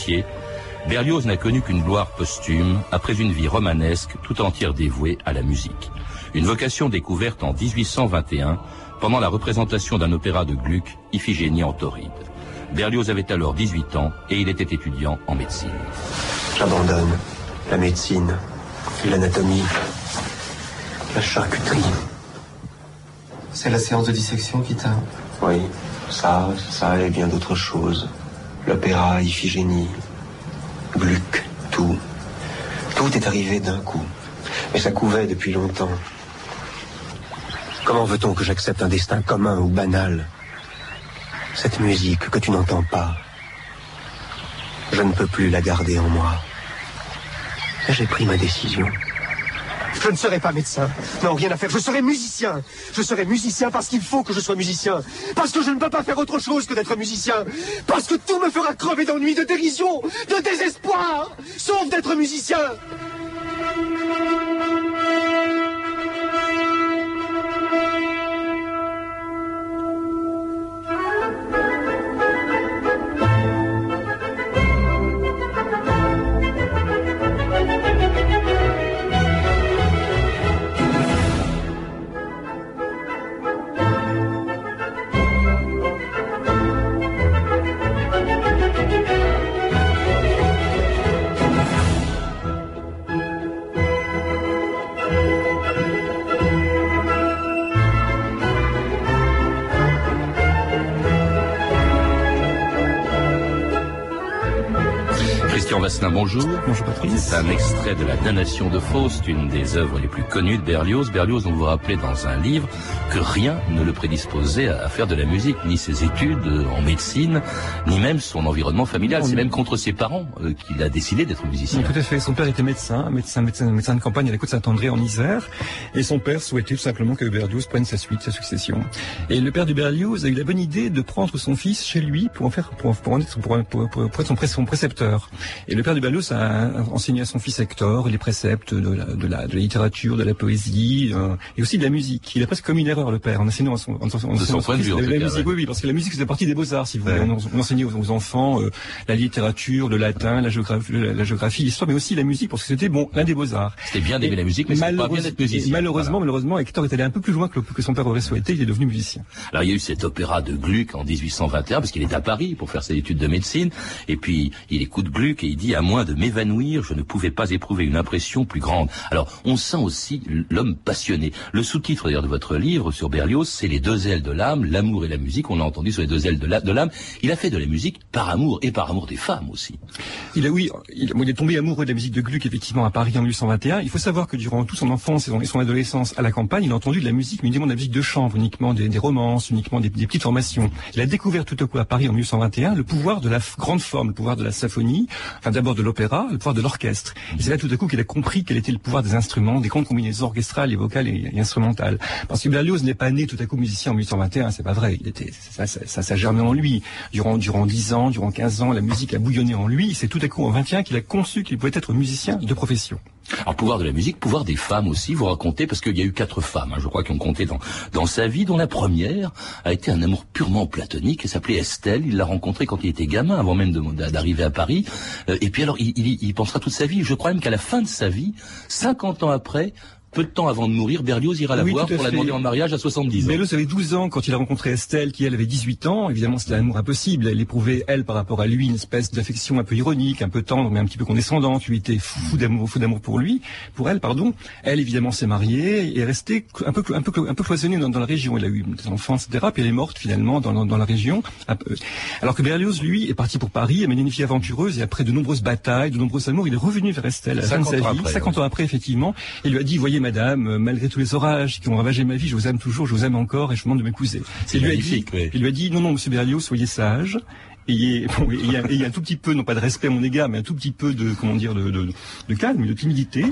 routier, Berlioz n'a connu qu'une gloire posthume après une vie romanesque tout entière dévouée à la musique. Une vocation découverte en 1821 pendant la représentation d'un opéra de Gluck, Iphigénie en Tauride. Berlioz avait alors 18 ans et il était étudiant en médecine. J'abandonne la médecine, l'anatomie, la charcuterie. C'est la séance de dissection qui t'a... Oui, ça et bien d'autres choses. L'opéra, Iphigénie, Gluck, tout. Tout est arrivé d'un coup. Mais ça couvait depuis longtemps. Comment veut-on que j'accepte un destin commun ou banal? Cette musique que tu n'entends pas, je ne peux plus la garder en moi. J'ai pris ma décision. Je ne serai pas médecin. Non, rien à faire. Je serai musicien. Je serai musicien parce qu'il faut que je sois musicien. Parce que je ne peux pas faire autre chose que d'être musicien. Parce que tout me fera crever d'ennui, de dérision, de désespoir, sauf d'être musicien. Bonjour. Bonjour Patrice. C'est un extrait de La Damnation de Faust, une des œuvres les plus connues de Berlioz. Berlioz, on vous rappelait dans un livre que rien ne le prédisposait à faire de la musique, ni ses études en médecine, ni même son environnement familial. C'est même contre ses parents qu'il a décidé d'être musicien. Oui, tout à fait. Son père était médecin de campagne à la Côte-Saint-André en Isère, et son père souhaitait tout simplement que Berlioz prenne sa succession. Et le père de Berlioz a eu la bonne idée de prendre son fils chez lui pour être son précepteur. Et le père de Berlioz a enseigné à son fils Hector les préceptes de la littérature, de la poésie et aussi de la musique. Il a presque commis une erreur, le père, en enseignant son fils la musique. Oui, parce que la musique faisait partie des beaux-arts, si vous voulez. On enseignait aux enfants la littérature, le latin, la géographie, l'histoire, mais aussi la musique, parce que c'était l'un des beaux-arts. C'était bien d'aimer la musique, mais c'était pas bien d'être musicien. Malheureusement, Hector est allé un peu plus loin que son père aurait souhaité. Il est devenu musicien. Alors il y a eu cet opéra de Gluck en 1821, parce qu'il est à Paris pour faire ses études de médecine, et puis il écoute Gluck et il dit: à moins de m'évanouir, je ne pouvais pas éprouver une impression plus grande. Alors, on sent aussi l'homme passionné. Le sous-titre d'ailleurs de votre livre sur Berlioz, c'est Les deux ailes de l'âme, l'amour et la musique. On l'a entendu sur les deux ailes de l'âme. Il a fait de la musique par amour, et par amour des femmes aussi. Il est tombé amoureux de la musique de Gluck, effectivement, à Paris en 1821. Il faut savoir que durant toute son enfance et son adolescence à la campagne, il a entendu de la musique, mais uniquement de la musique de chambre, uniquement des romances, uniquement des petites formations. Il a découvert tout à coup à Paris en 1821 le pouvoir de la grande forme, le pouvoir de la symphonie, enfin d'abord de l'opéra, le pouvoir de l'orchestre. Et c'est là tout à coup qu'il a compris quel était le pouvoir des instruments, des grandes combinaisons orchestrales et vocales et instrumentales. Parce que Berlioz n'est pas né tout à coup musicien en 1821, c'est pas vrai. Ça germé en lui. Durant 10 ans, durant 15 ans, la musique a bouillonné en lui. C'est tout à coup en 21 qu'il a conçu qu'il pouvait être musicien de profession. Alors, pouvoir de la musique, pouvoir des femmes aussi, vous racontez, parce qu'il y a eu 4 femmes, je crois, qui ont compté dans sa vie, dont la première a été un amour purement platonique, elle s'appelait Estelle, il l'a rencontrée quand il était gamin, avant même d'arriver à Paris, et puis alors, il pensera toute sa vie, je crois même qu'à la fin de sa vie, 50 ans après, peu de temps avant de mourir, Berlioz ira la voir pour la demander en mariage à 70 ans. Berlioz avait 12 ans quand il a rencontré Estelle, qui elle avait 18 ans. Évidemment, c'était un amour impossible. Elle éprouvait, elle, par rapport à lui, une espèce d'affection un peu ironique, un peu tendre, mais un petit peu condescendante. Lui était fou d'amour pour elle, pardon. Elle, évidemment, s'est mariée et est restée un peu cloisonnée dans la région. Elle a eu des enfants, etc. Puis elle est morte, finalement, dans la région. Alors que Berlioz, lui, est parti pour Paris, a mené une vie aventureuse et après de nombreuses batailles, de nombreux amours, il est revenu vers Estelle à la fin de sa vie, 50 ans après, effectivement, et lui a dit: voyez, madame, malgré tous les orages qui ont ravagé ma vie, je vous aime toujours, je vous aime encore et je vous demande de m'épouser. C'est magnifique. Il lui a dit: non, monsieur Berlioz, soyez sage. Il y a un tout petit peu, non pas de respect à mon égard, mais un tout petit peu de calme, de timidité.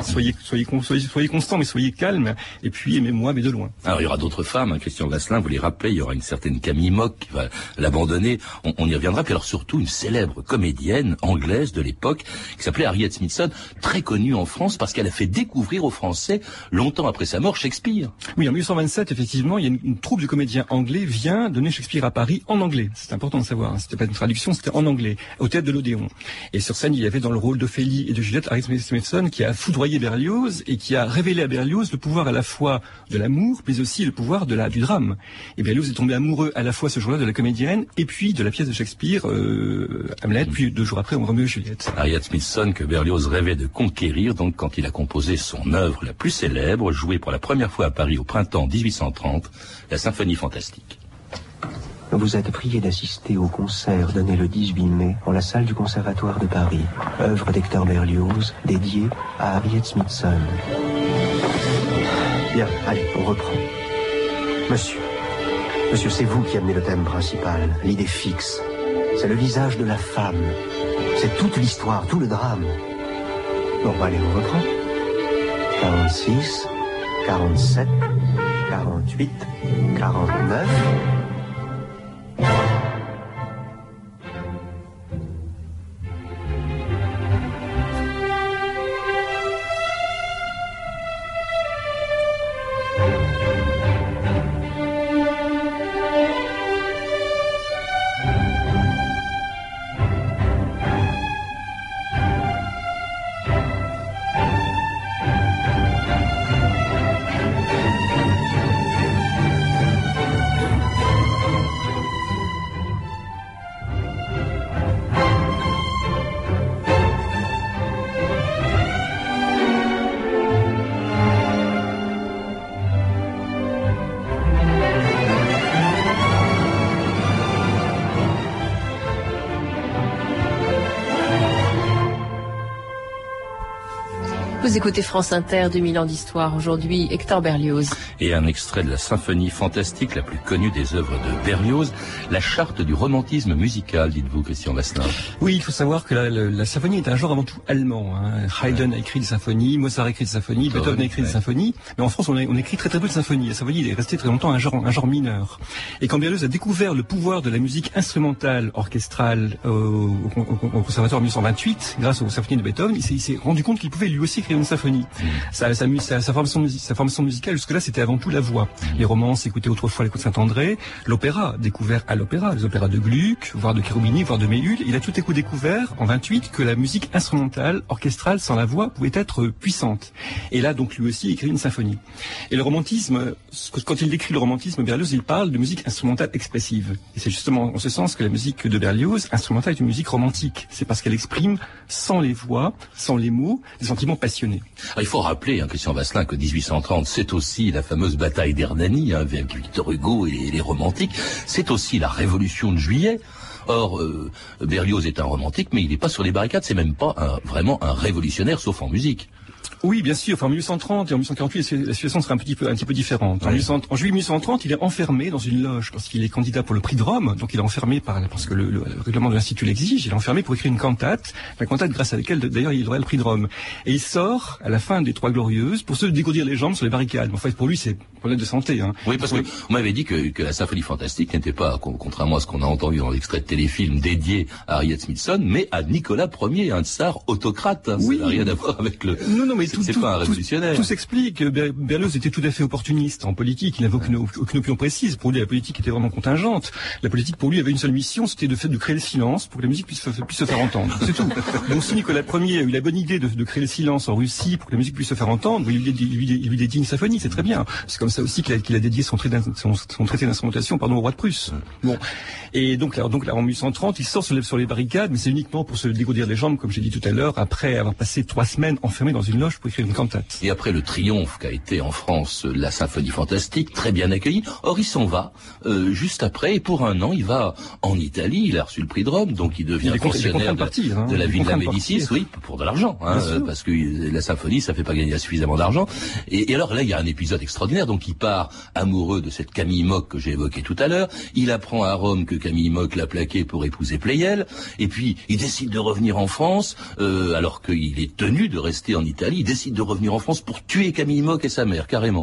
Soyez constant, mais soyez calme. Et puis aimez-moi, mais de loin. Alors il y aura d'autres femmes, Christian Vasselin, vous les rappelez, il y aura une certaine Camille Mock qui va l'abandonner. On y reviendra. Puis alors surtout une célèbre comédienne anglaise de l'époque qui s'appelait Harriet Smithson, très connue en France parce qu'elle a fait découvrir aux Français, longtemps après sa mort, Shakespeare. Oui, en 1827, effectivement, il y a une troupe de comédiens anglais vient donner Shakespeare à Paris en anglais. C'est important de savoir. C'était pas traduction, c'était en anglais, au théâtre de l'Odéon. Et sur scène, il y avait dans le rôle d'Ophélie et de Juliette Harriet Smithson qui a foudroyé Berlioz et qui a révélé à Berlioz le pouvoir à la fois de l'amour, mais aussi le pouvoir du drame. Et Berlioz est tombé amoureux à la fois ce jour-là de la comédienne et puis de la pièce de Shakespeare, Hamlet, puis 2 jours après, Roméo et Juliette. Harriet Smithson que Berlioz rêvait de conquérir, donc quand il a composé son œuvre la plus célèbre, jouée pour la première fois à Paris au printemps 1830, la Symphonie fantastique. Vous êtes prié d'assister au concert donné le 18 mai en la salle du Conservatoire de Paris, œuvre d'Hector Berlioz, dédiée à Harriet Smithson. Bien, allez, on reprend. Monsieur, c'est vous qui amenez le thème principal, l'idée fixe. C'est le visage de la femme. C'est toute l'histoire, tout le drame. Bon, allez, on reprend. 46, 47, 48, 49... Vous écoutez France Inter, 2000 ans d'histoire. Aujourd'hui, Hector Berlioz. Et un extrait de la symphonie fantastique la plus connue des œuvres de Berlioz, la charte du romantisme musical, dites-vous, Christian Vasselin. Oui, il faut savoir que la symphonie est un genre avant tout allemand. Haydn a écrit des symphonies, Mozart a écrit des symphonies, Beethoven a écrit des symphonies. Mais en France, on écrit très très peu de symphonies. La symphonie est restée très longtemps un genre mineur. Et quand Berlioz a découvert le pouvoir de la musique instrumentale, orchestrale au Conservatoire en 1928, grâce aux symphonies de Beethoven, il s'est rendu compte qu'il pouvait lui aussi écrire une symphonie. Sa formation musicale, jusque-là, c'était avant tout la voix. Les romances écoutaient autrefois les coups de Saint-André, l'opéra, découvert à l'opéra, les opéras de Gluck, voire de Cherubini, voire de Méhul. Il a tout à coup découvert, en 28, que la musique instrumentale, orchestrale, sans la voix, pouvait être puissante. Et là, donc, lui aussi, écrit une symphonie. Et le romantisme, quand il décrit le romantisme, Berlioz, il parle de musique instrumentale expressive. Et c'est justement en ce sens que la musique de Berlioz, instrumentale, est une musique romantique. C'est parce qu'elle exprime, sans les voix, sans les mots, des sentiments passionnés. Alors, il faut rappeler, Christian Vasselin, que 1830, c'est aussi la fameuse bataille d'Hernani, avec Victor Hugo et les romantiques. C'est aussi la Révolution de Juillet. Or, Berlioz est un romantique, mais il n'est pas sur les barricades. C'est même pas vraiment un révolutionnaire, sauf en musique. Oui, bien sûr. Enfin, en 1830 et en 1848, la situation serait un petit peu différente. En juillet 1830, il est enfermé dans une loge parce qu'il est candidat pour le prix de Rome. Donc, il est enfermé parce que le règlement de l'Institut l'exige. Il est enfermé pour écrire une cantate. La cantate grâce à laquelle, d'ailleurs, il aurait le prix de Rome. Et il sort à la fin des Trois Glorieuses pour se dégourdir les jambes sur les barricades. En fait, pour lui, c'est problème de santé. Oui, parce que on m'avait dit que la symphonie fantastique n'était pas, contrairement à ce qu'on a entendu dans l'extrait de téléfilm dédié à Harriet Smithson, mais à Nicolas Ier, un tsar autocrate. Oui. Ça n'a rien à voir avec le... Non, mais c'est pas un révolutionnaire. Tout s'explique. Berlioz était tout à fait opportuniste en politique. Il n'avait aucune opinion précise. Pour lui, la politique était vraiment contingente. La politique, pour lui, avait une seule mission, c'était de créer le silence pour que la musique puisse se faire entendre. C'est tout. Donc, si Nicolas Ier a eu la bonne idée de créer le silence en Russie pour que la musique puisse se faire entendre, il lui dédie une symphonie. C'est très bien. C'est comme ça aussi qu'il a dédié son traité d'instrumentation, au roi de Prusse. Bon. Et donc là, en 1830, il sort sur les barricades, mais c'est uniquement pour se dégourdir les jambes, comme j'ai dit tout à l'heure, après avoir passé 3 semaines enfermé dans une loge pour écrire une cantate. Et après le triomphe qu'a été en France la symphonie fantastique, très bien accueillie, or il s'en va juste après, et pour un an, il va en Italie, il a reçu le prix de Rome, donc il devient fonctionnaire de la Villa Médicis, oui, pour de l'argent, parce que la symphonie, ça fait pas gagner suffisamment d'argent. Et alors là, il y a un épisode extraordinaire, donc il part amoureux de cette Camille Mock que j'ai évoquée tout à l'heure, il apprend à Rome que Camille Mock l'a plaqué pour épouser Pleyel, et puis il décide de revenir en France, alors qu'il est tenu de rester en Italie, il décide de revenir en France pour tuer Camille Mock et sa mère, carrément.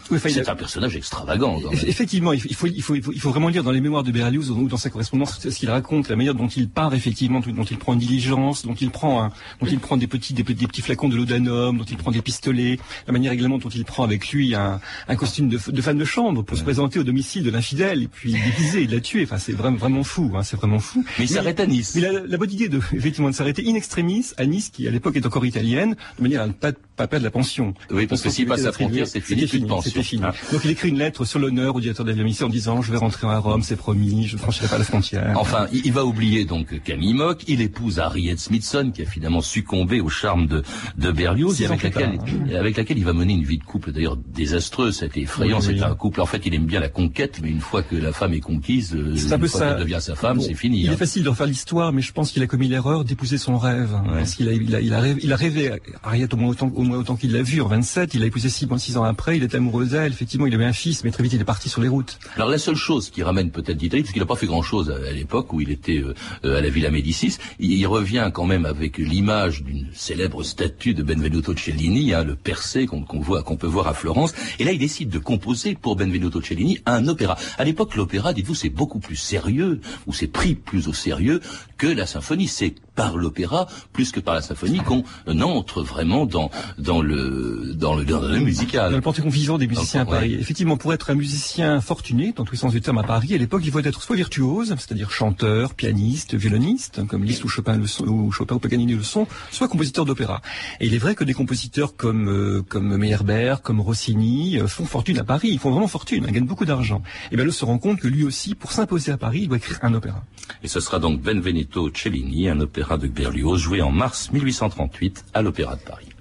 C'est un personnage extravagant. Effectivement, il faut vraiment lire dans les mémoires de Berlioz ou dans sa correspondance ce qu'il raconte, la manière dont il part effectivement, dont il prend une diligence, dont il prend des petits flacons de laudanum, dont il prend des pistolets, la manière également dont il prend avec lui un costume de femme de chambre pour se présenter au domicile de l'infidèle et puis déguiser et de la tuer. Enfin, c'est vraiment fou. C'est vraiment fou. Mais il s'arrête à Nice. Mais la bonne idée effectivement de s'arrêter in extremis à Nice, qui à l'époque est encore italienne, de manière à ne pas perdre la pension. Oui, parce que s'il passe la frontière, c'est fini, plus de pension. C'était fini. Donc il écrit une lettre sur l'honneur au directeur de l'avion en disant: je vais rentrer à Rome, c'est promis, je ne franchirai pas la frontière. Enfin, il va oublier donc Camille Mock, il épouse Harriet Smithson, qui a finalement succombé au charme de Berlioz, et avec laquelle il va mener une vie de couple d'ailleurs désastreuse. C'était effrayant, c'était un couple. En fait, il aime bien la conquête, mais une fois que la femme est conquise, une fois qu'elle devient sa femme, c'est fini. Il est facile de refaire l'histoire, mais je pense qu'il a commis l'erreur d'épouser son rêve. Parce qu'il a rêvé Harriet au moins autant qu'il l'a vue en 27, il l'a épousé 6 ans après, il est amoureux d'elle, effectivement, il avait un fils, mais très vite il est parti sur les routes. Alors la seule chose qui ramène peut-être d'Italie, parce qu'il n'a pas fait grand-chose à l'époque où il était à la Villa Médicis, il revient quand même avec l'image d'une célèbre statue de Benvenuto Cellini, le Persée qu'on peut voir à Florence, et là il décide de composer pour Benvenuto Cellini un opéra. À l'époque, l'opéra, dites-vous, c'est beaucoup plus sérieux, ou c'est pris plus au sérieux que la symphonie. C'est par l'opéra plus que par la symphonie qu'on entre vraiment dans le musical. Dans le portrait confiant des musiciens à Paris. Effectivement, pour être un musicien fortuné, dans tous les sens du terme à Paris, à l'époque, il faut être soit virtuose, c'est-à-dire chanteur, pianiste, violoniste, comme Liszt ou Chopin ou Paganini le sont, soit compositeur d'opéra. Et il est vrai que des compositeurs comme Meyerbeer, comme Rossini, font fortune à Paris. Ils font vraiment fortune, ils gagnent beaucoup d'argent. Et Berlioz se rend compte que lui aussi, pour s'imposer à Paris, il doit écrire un opéra. Et ce sera donc Benvenuto Cellini, un opéra de Berlioz, joué en mars 1838 à l'Opéra de Paris.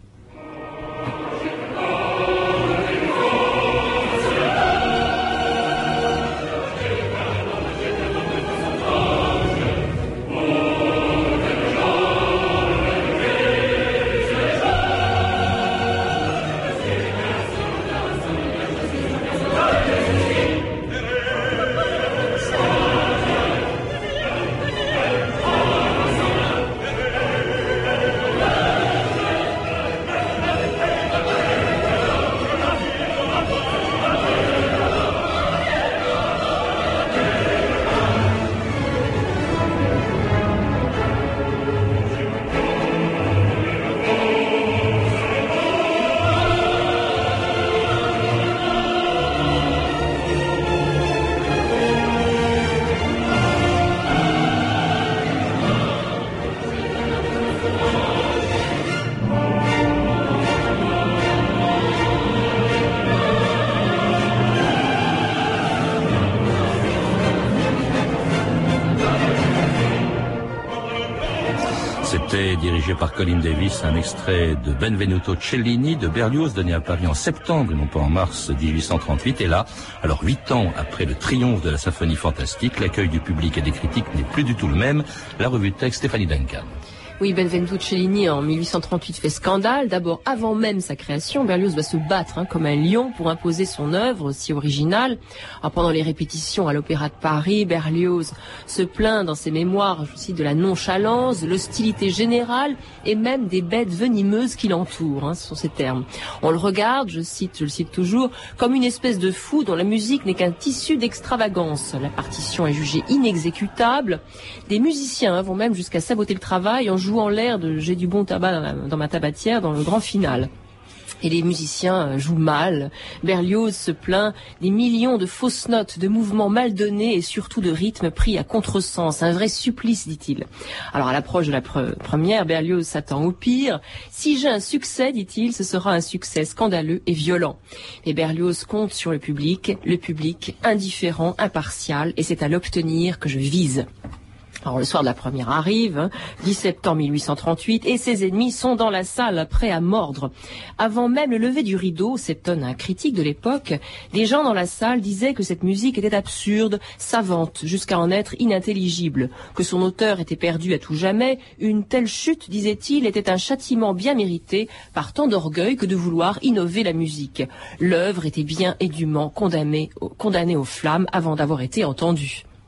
C'était dirigé par Colin Davis, un extrait de Benvenuto Cellini de Berlioz donné à Paris en septembre et non pas en mars 1838. Et là, alors 8 ans après le triomphe de la symphonie fantastique, l'accueil du public et des critiques n'est plus du tout le même. La revue de texte, Stéphanie Duncan. Oui, Benvenuto Cellini en 1838 fait scandale. D'abord, avant même sa création, Berlioz va se battre comme un lion pour imposer son œuvre si originale. Alors, pendant les répétitions à l'Opéra de Paris, Berlioz se plaint dans ses mémoires, je cite, de la nonchalance, de l'hostilité générale et même des bêtes venimeuses qui l'entourent. Ce sont ces termes. On le regarde, je le cite toujours, comme une espèce de fou dont la musique n'est qu'un tissu d'extravagance. La partition est jugée inexécutable. Des musiciens vont même jusqu'à saboter le travail en jouant l'air de « J'ai du bon tabac dans ma tabatière » dans le grand final. Et les musiciens jouent mal. Berlioz se plaint des millions de fausses notes, de mouvements mal donnés et surtout de rythmes pris à contresens. Un vrai supplice, dit-il. Alors à l'approche de la première, Berlioz s'attend au pire. Si j'ai un succès, dit-il, ce sera un succès scandaleux et violent. Et Berlioz compte sur le public indifférent, impartial, et c'est à l'obtenir que je vise. Alors le soir de la première arrive, 10 septembre 1838, et ses ennemis sont dans la salle, prêts à mordre. Avant même le lever du rideau, s'étonne un critique de l'époque, des gens dans la salle disaient que cette musique était absurde, savante, jusqu'à en être inintelligible, que son auteur était perdu à tout jamais. Une telle chute, disait-il, était un châtiment bien mérité par tant d'orgueil que de vouloir innover la musique. L'œuvre était bien et dûment condamnée aux flammes avant d'avoir été entendue.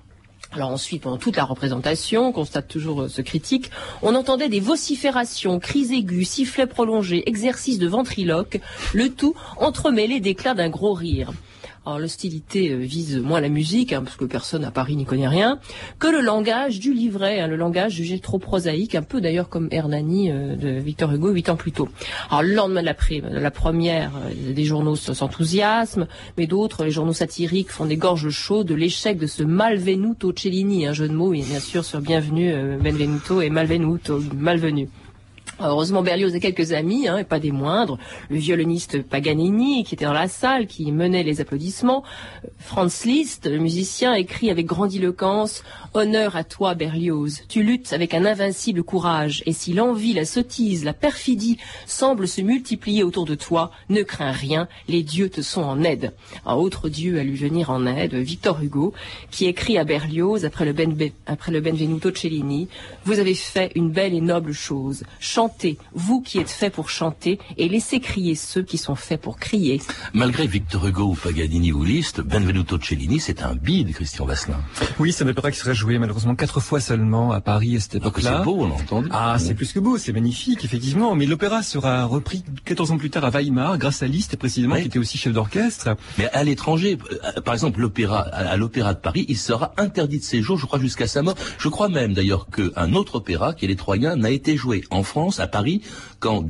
Alors ensuite, pendant toute la représentation, on constate toujours ce critique, on entendait des vociférations, cris aigus, sifflets prolongés, exercices de ventriloque, le tout entremêlé d'éclats d'un gros rire. Alors l'hostilité vise moins la musique, parce que personne à Paris n'y connaît rien, que le langage du livret, le langage jugé trop prosaïque, un peu d'ailleurs comme Hernani de Victor Hugo 8 ans plus tôt. Alors le lendemain de la première, des journaux s'enthousiasment, mais d'autres, les journaux satiriques, font des gorges chaudes de l'échec de ce Malvenuto Cellini, un jeu de mots, bien sûr, sur bienvenue, Benvenuto et Malvenuto, malvenu. Heureusement, Berlioz a quelques amis, et pas des moindres. Le violoniste Paganini, qui était dans la salle, qui menait les applaudissements. Franz Liszt, le musicien, écrit avec grandiloquence « Honneur à toi, Berlioz. Tu luttes avec un invincible courage, et si l'envie, la sottise, la perfidie semblent se multiplier autour de toi, ne crains rien, les dieux te sont en aide. » Un autre dieu a lui venir en aide, Victor Hugo, qui écrit à Berlioz, après le Benvenuto Cellini, « Vous avez fait une belle et noble chose. Chantez, vous qui êtes fait pour chanter, et laissez crier ceux qui sont faits pour crier. » Malgré Victor Hugo ou Paganini ou Liszt, Benvenuto Cellini, c'est un bide, Christian Vasselin. Oui, c'est un opéra qui serait joué malheureusement 4 fois seulement à Paris à cette époque-là. C'est beau, on l'a entendu. Ah, c'est plus que beau, c'est magnifique, effectivement. Mais l'opéra sera repris 14 ans plus tard à Weimar, grâce à Liszt, précisément, qui était aussi chef d'orchestre. Mais à l'étranger, par exemple, à l'opéra de Paris, il sera interdit de séjour, je crois, jusqu'à sa mort. Je crois même, d'ailleurs, qu'un autre opéra, qui est Les Troyens, n'a été joué en France, à Paris, qu'en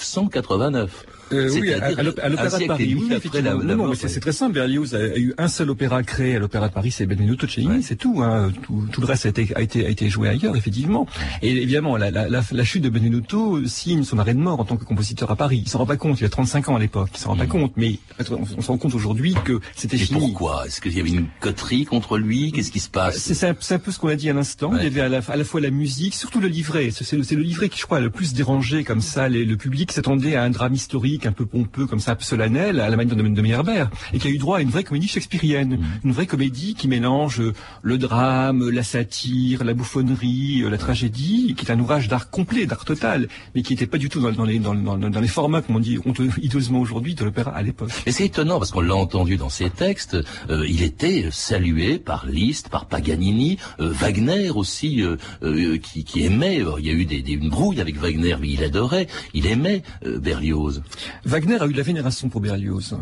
1989. Oui, à l'Opéra de Paris. Oui, effectivement. Non, mais c'est très simple. Berlioz a eu un seul opéra créé à l'Opéra de Paris, c'est Benvenuto Cellini, c'est tout, tout le reste a été joué ailleurs, effectivement. Et évidemment, la chute de Benvenuto signe son arrêt de mort en tant que compositeur à Paris. Il s'en rend pas compte, il a 35 ans à l'époque, il s'en rend pas compte, mais on se rend compte aujourd'hui que c'était fini. Et pourquoi? Est-ce qu'il y avait une coterie contre lui? Qu'est-ce qui se passe? C'est un peu ce qu'on a dit à l'instant. Il y avait à la fois la musique, surtout le livret. C'est le livret qui, je crois, a le plus dérangé comme ça. Le public s'attendait à un drame historique un peu pompeux, comme ça, un peu solennel, à la manière de Meyerbeer, et qui a eu droit à une vraie comédie shakespearienne. Une vraie comédie qui mélange le drame, la satire, la bouffonnerie, la tragédie, qui est un ouvrage d'art complet, d'art total, mais qui n'était pas du tout dans les formats, comme on dit hideusement aujourd'hui, de l'opéra à l'époque. Et c'est étonnant, parce qu'on l'a entendu dans ses textes, il était salué par Liszt, par Paganini, Wagner aussi, qui aimait, il y a eu une brouille avec Wagner, mais il adorait, il aimait Berlioz. Wagner a eu de la vénération pour Berlioz.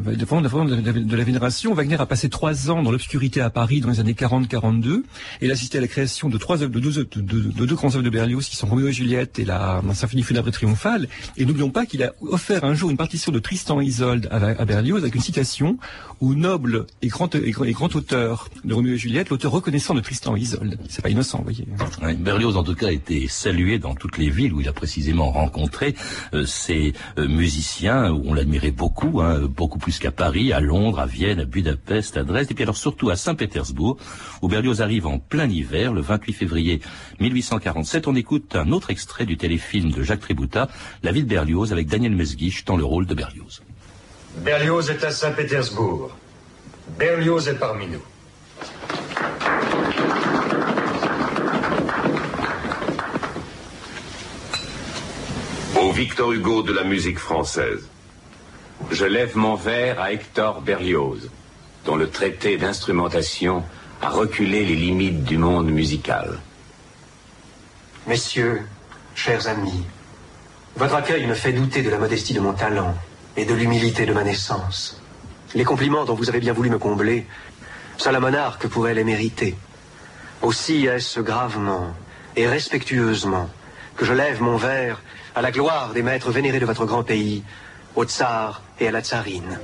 De la vénération, Wagner a passé 3 ans dans l'obscurité à Paris dans les années 40-42, et il a assisté à la création de deux grands œuvres de Berlioz, qui sont Roméo et Juliette et la Symphonie funèbre et triomphale. Et n'oublions pas qu'il a offert un jour une partition de Tristan et Isolde à Berlioz avec une citation au noble et grand auteur de Roméo et Juliette, l'auteur reconnaissant de Tristan et Isolde. C'est pas innocent, vous voyez. Oui, Berlioz, en tout cas, a été salué dans toutes les villes où il a précisément rencontré ces musiciens où on l'admirait beaucoup, beaucoup plus qu'à Paris, à Londres, à Vienne, à Budapest, à Dresde, et puis alors surtout à Saint-Pétersbourg, où Berlioz arrive en plein hiver, le 28 février 1847. On écoute un autre extrait du téléfilm de Jacques Tributa, La vie de Berlioz, avec Daniel Mesguich dans le rôle de Berlioz. Berlioz est à Saint-Pétersbourg. Berlioz est parmi nous. Au Victor Hugo de la musique française, je lève mon verre à Hector Berlioz, dont le traité d'instrumentation a reculé les limites du monde musical. Messieurs, chers amis, votre accueil me fait douter de la modestie de mon talent et de l'humilité de ma naissance. Les compliments dont vous avez bien voulu me combler, seul un monarque pourrait les mériter. Aussi est-ce gravement et respectueusement que je lève mon verre à la gloire des maîtres vénérés de votre grand pays, au tsar et à la tsarine.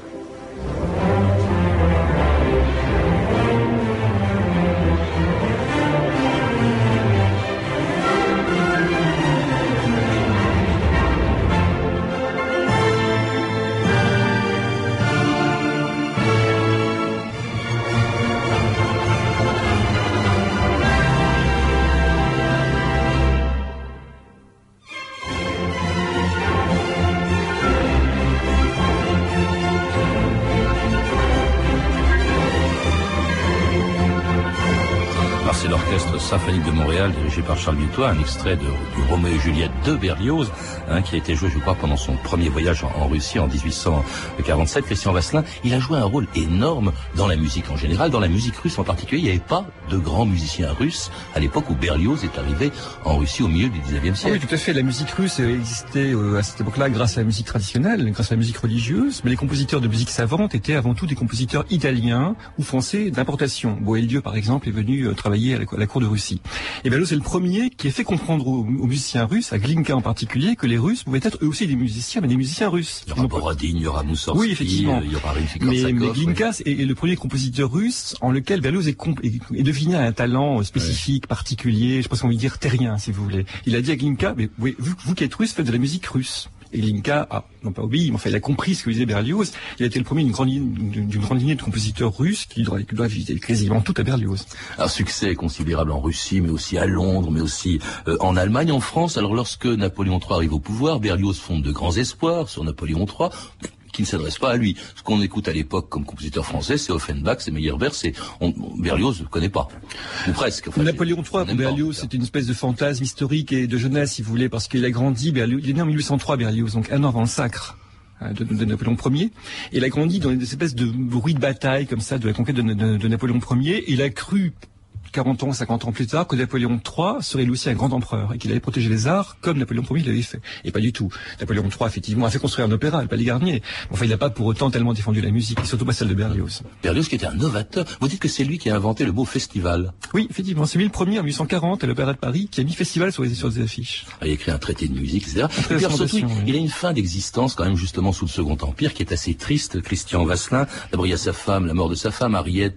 l'Orchestre Symphonique de Montréal, dirigé par Charles Guillotot, un extrait du Roméo et Juliette de Berlioz, qui a été joué, je crois, pendant son premier voyage en Russie en 1847. Christian Vasselin, il a joué un rôle énorme dans la musique en général, dans la musique russe en particulier. Il n'y avait pas de grands musiciens russes à l'époque où Berlioz est arrivé en Russie au milieu du 19e siècle. Oui, tout à fait. La musique russe existait à cette époque-là grâce à la musique traditionnelle, grâce à la musique religieuse, mais les compositeurs de musique savante étaient avant tout des compositeurs italiens ou français d'importation. Boieldieu, par exemple, est venu travailler à la cour de Russie. Et Berlioz est le premier qui a fait comprendre aux musiciens russes, à Glinka en particulier, que les Russes pouvaient être eux aussi des musiciens, mais des musiciens russes. Il y aura Borodine, il y aura Moussorgsky, oui, effectivement. Il y aura Rimsky-Korsakov. Mais Glinka est le premier compositeur russe en lequel Berlioz est deviné un talent spécifique, particulier, je pense qu'on va dire terrien, si vous voulez. Il a dit à Glinka, mais oui, vous qui êtes russe, faites de la musique russe. Et Glinka a, non pas obéi, mais enfin il a compris ce que disait Berlioz. Il a été le premier d'une grande lignée de compositeurs russes qui doivent visiter quasiment tout à Berlioz. Un succès considérable en Russie, mais aussi à Londres, mais aussi en Allemagne, en France. Alors lorsque Napoléon III arrive au pouvoir, Berlioz fonde de grands espoirs sur Napoléon III, qui ne s'adresse pas à lui. Ce qu'on écoute à l'époque comme compositeur français, c'est Offenbach, c'est Meyerbeer, Berlioz ne connaît pas. Ou presque. Enfin, Napoléon III pour Berlioz, c'était une espèce de fantasme historique et de jeunesse, si vous voulez, parce qu'il a grandi, il est né en 1803, Berlioz, donc un an avant le sacre de Napoléon Ier. Et il a grandi dans une espèce de bruit de bataille, comme ça, de la conquête de Napoléon Ier. Et il a cru 40 ans, 50 ans plus tard, que Napoléon III serait lui aussi un grand empereur et qu'il allait protéger les arts comme Napoléon Ier l'avait fait. Et pas du tout. Napoléon III, effectivement, a fait construire un opéra, le Palais Garnier. Enfin, il n'a pas pour autant tellement défendu la musique, et surtout pas celle de Berlioz. Berlioz qui était un novateur. Vous dites que c'est lui qui a inventé le mot festival. Oui, effectivement. C'est lui le premier en 1840 à l'Opéra de Paris qui a mis festival sur des affiches. Il a écrit un traité de musique, etc. Et puis surtout, il a une fin d'existence quand même justement sous le Second Empire qui est assez triste, Christian Vasselin. D'abord, il y a sa femme, la mort de sa femme, Henriette,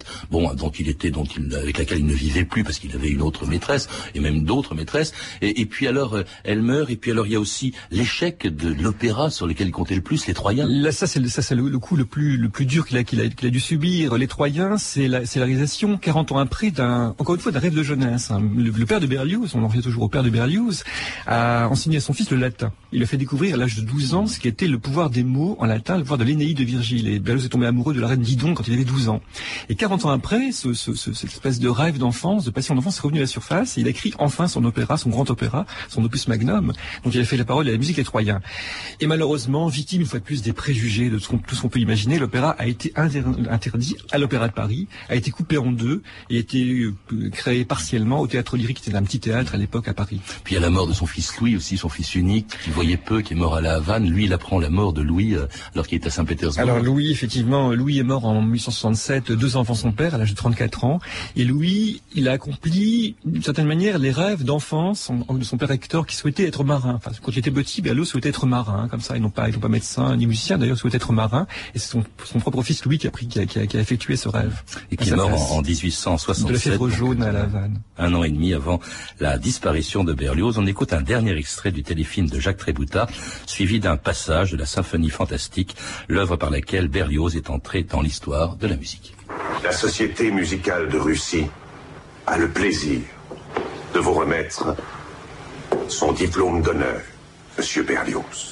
avec laquelle il ne vivait plus parce qu'il avait une autre maîtresse, et même d'autres maîtresses, et puis alors elle meurt, et puis alors il y a aussi l'échec de l'opéra sur lequel il comptait le plus, les Troyens. Là, ça c'est le coup le plus dur qu'il a dû subir. Les Troyens, c'est la réalisation 40 ans après encore une fois d'un rêve de jeunesse. Le père de Berlioz, on en revient toujours au père de Berlioz, a enseigné à son fils le latin. Il a fait découvrir à l'âge de 12 ans ce qu'était le pouvoir des mots en latin, le pouvoir de l'Énéide de Virgile. Et Berlioz est tombé amoureux de la reine Didon quand il avait 12 ans. Et 40 ans après, cette espèce de rêve d'enfance, de passion d'enfance, est revenu à la surface et il a écrit enfin son opéra, son grand opéra, son opus magnum. Donc il a fait la parole et la musique des Troyens. Et malheureusement, victime une fois de plus des préjugés, de tout ce qu'on peut imaginer, l'opéra a été interdit à l'Opéra de Paris, a été coupé en deux et a été créé partiellement au Théâtre Lyrique, qui était un petit théâtre à l'époque à Paris. Puis il y a la mort de son fils Louis aussi, son fils unique, qui voyait peu, qui est mort à la Havane. Lui, il apprend la mort de Louis alors qu'il est à Saint-Pétersbourg. Alors Louis, effectivement, Louis est mort en 1867, 2 ans avant son père, à l'âge de 34 ans. Et Louis, il a accompli d'une certaine manière les rêves d'enfance de son père Hector qui souhaitait être marin. Enfin, quand il était petit, Berlioz souhaitait être marin, comme ça, ils n'ont pas médecin ni musicien, d'ailleurs, souhaitait être marin. Et c'est son propre fils Louis qui a effectué ce rêve. Et qui est mort en 1867. De la fièvre jaune à La Havane. Un an et demi avant la disparition de Berlioz. On écoute un dernier extrait du téléfilm de Jacques Trébouttat, suivi d'un passage de la symphonie fantastique, l'œuvre par laquelle Berlioz est entré dans l'histoire de la musique. La Société musicale de Russie a le plaisir de vous remettre son diplôme d'honneur, Monsieur Berlioz.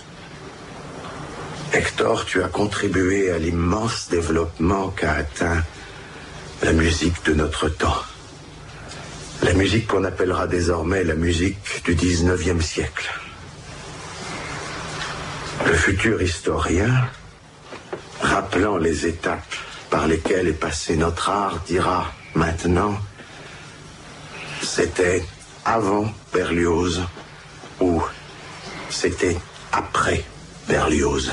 Hector, tu as contribué à l'immense développement qu'a atteint la musique de notre temps. La musique qu'on appellera désormais la musique du 19e siècle. Le futur historien, rappelant les étapes par lesquelles est passé notre art, dira maintenant: c'était avant Berlioz ou c'était après Berlioz.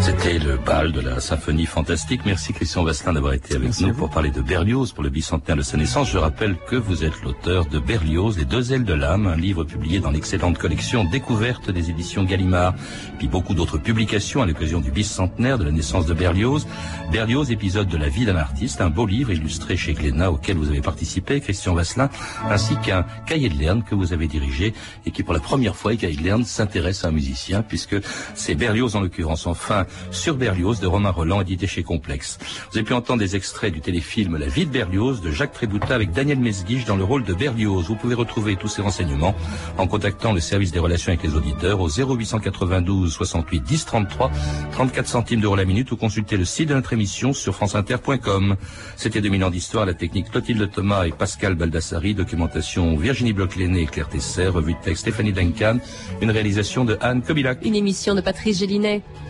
C'était le bal de la symphonie fantastique. Merci Christian Vasselin d'avoir été avec nous pour parler de Berlioz pour le bicentenaire de sa naissance. Je rappelle que vous êtes l'auteur de Berlioz, Les deux ailes de l'âme, un livre publié dans l'excellente collection Découverte des éditions Gallimard, puis beaucoup d'autres publications à l'occasion du bicentenaire de la naissance de Berlioz. Berlioz, épisode de la vie d'un artiste, un beau livre illustré chez Glénat auquel vous avez participé, Christian Vasselin, ainsi qu'un cahier de Lerne que vous avez dirigé et qui pour la première fois, le cahier de Lerne, s'intéresse à un musicien puisque c'est Berlioz en l'occurrence. Enfin, sur Berlioz de Romain Roland, édité chez Complexe. Vous avez pu entendre des extraits du téléfilm La vie de Berlioz de Jacques Tréboutta avec Daniel Mesguich dans le rôle de Berlioz. Vous pouvez retrouver tous ces renseignements en contactant le service des relations avec les auditeurs au 0892 68 10 33, 34 centimes d'euros la minute ou consulter le site de notre émission sur franceinter.com. C'était 2000 ans d'histoire, la technique Clotilde Thomas et Pascal Baldassari, documentation Virginie Bloch-Léné et Claire Tesser, revue de texte Stéphanie Duncan, une réalisation de Anne Kobilac. Une émission de Patrice Gélinet.